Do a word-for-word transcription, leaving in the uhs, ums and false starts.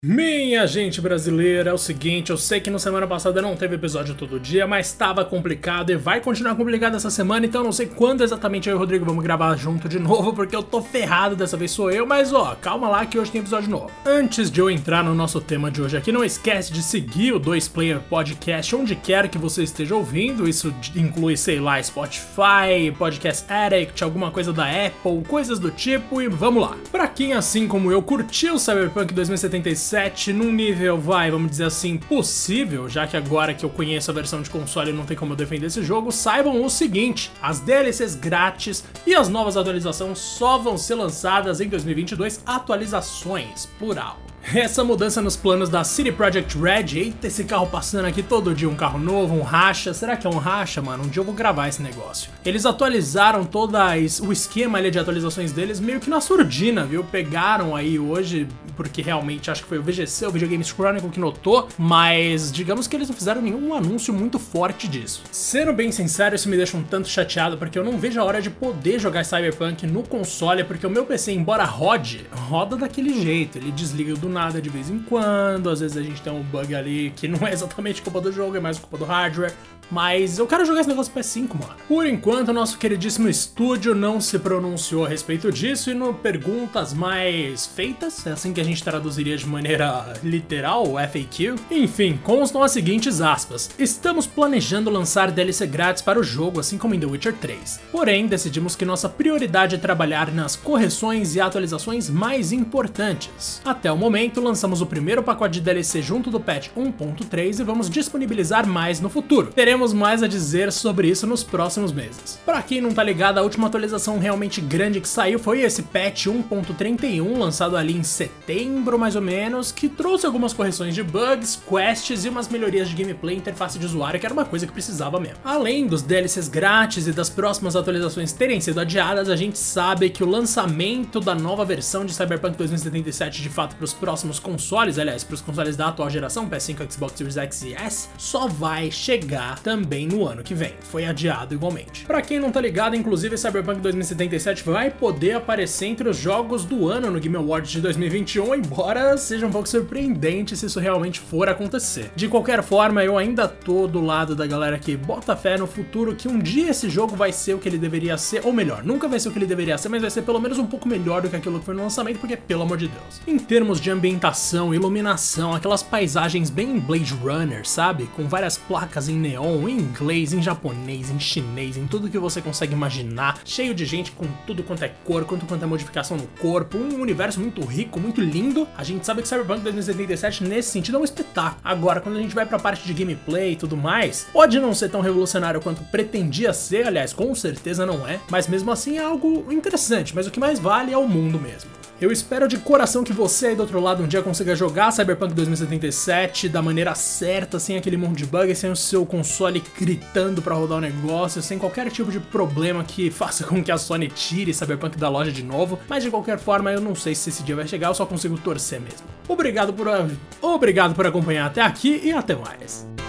Minha gente brasileira, é o seguinte, eu sei que na semana passada não teve episódio todo dia, mas tava complicado e vai continuar complicado essa semana, então não sei quando exatamente eu e o Rodrigo vamos gravar junto de novo, porque eu tô ferrado, dessa vez sou eu, mas ó, calma lá que hoje tem episódio novo. Antes de eu entrar no nosso tema de hoje aqui, não esquece de seguir o dois player Podcast onde quer que você esteja ouvindo, isso inclui, sei lá, Spotify, Podcast Addict, alguma coisa da Apple, coisas do tipo, e vamos lá. Pra quem, assim como eu, curtiu Cyberpunk dois mil e setenta e sete, num nível, vai, vamos dizer assim, possível, já que agora que eu conheço a versão de console não tem como eu defender esse jogo, saibam o seguinte: as D L Cs grátis e as novas atualizações só vão ser lançadas em dois mil e vinte e dois, atualizações, plural. Essa mudança nos planos da C D Projekt Red, eita, esse carro passando aqui todo dia, um carro novo, um racha, será que é um racha, mano? Um dia eu vou gravar esse negócio. Eles atualizaram todo o esquema ali de atualizações deles meio que na surdina, viu? Pegaram aí hoje, porque realmente acho que foi o V G C, o Video Games Chronicle que notou, mas digamos que eles não fizeram nenhum anúncio muito forte disso. Sendo bem sincero, isso me deixa um tanto chateado, porque eu não vejo a hora de poder jogar Cyberpunk no console, porque o meu P C, embora rode, roda daquele jeito, ele desliga do nada de vez em quando, às vezes a gente tem um bug ali que não é exatamente culpa do jogo, é mais culpa do hardware, mas eu quero jogar esse negócio P S cinco, mano. Por enquanto, o nosso queridíssimo estúdio não se pronunciou a respeito disso, e no perguntas mais feitas, é assim que a gente traduziria de maneira literal, F A Q, enfim, constam as seguintes aspas: estamos planejando lançar D L C grátis para o jogo, assim como em The Witcher três. Porém, decidimos que nossa prioridade é trabalhar nas correções e atualizações mais importantes. Até o momento, lançamos o primeiro pacote de D L C junto do patch um ponto três e vamos disponibilizar mais no futuro. Teremos mais a dizer sobre isso nos próximos meses. Pra quem não tá ligado, a última atualização realmente grande que saiu foi esse patch um ponto trinta e um, lançado ali em setembro mais ou menos, que trouxe algumas correções de bugs, quests e umas melhorias de gameplay e interface de usuário, que era uma coisa que precisava mesmo. Além dos D L Cs grátis e das próximas atualizações terem sido adiadas, a gente sabe que o lançamento da nova versão de Cyberpunk dois mil e setenta e sete de fato para os próximos consoles, aliás, para os consoles da atual geração, P S cinco, Xbox Series X e S, só vai chegar também no ano que vem. Foi adiado igualmente. Pra quem não tá ligado, inclusive, Cyberpunk dois mil e setenta e sete vai poder aparecer entre os jogos do ano no Game Awards de dois mil e vinte e um, embora seja um pouco surpreendente se isso realmente for acontecer. De qualquer forma, eu ainda tô do lado da galera que bota fé no futuro que um dia esse jogo vai ser o que ele deveria ser, ou melhor, nunca vai ser o que ele deveria ser, mas vai ser pelo menos um pouco melhor do que aquilo que foi no lançamento, porque pelo amor de Deus. Em termos de ambientação, iluminação, aquelas paisagens bem Blade Runner, sabe? Com várias placas em neon, em inglês, em japonês, em chinês, em tudo que você consegue imaginar, cheio de gente com tudo quanto é cor, quanto quanto é modificação no corpo, um universo muito rico, muito lindo. A gente sabe que Cyberpunk dois mil e setenta e sete nesse sentido é um espetáculo. Agora, quando a gente vai pra parte de gameplay e tudo mais, pode não ser tão revolucionário quanto pretendia ser, aliás, com certeza não é, mas mesmo assim é algo interessante, mas o que mais vale é o mundo mesmo. Eu espero de coração que você aí do outro lado um dia consiga jogar Cyberpunk dois mil e setenta e sete da maneira certa, sem aquele monte de bug, sem o seu console gritando pra rodar o negócio, sem qualquer tipo de problema que faça com que a Sony tire Cyberpunk da loja de novo, mas de qualquer forma eu não sei se esse dia vai chegar, eu só consigo torcer mesmo. Obrigado por, obrigado por acompanhar até aqui e até mais.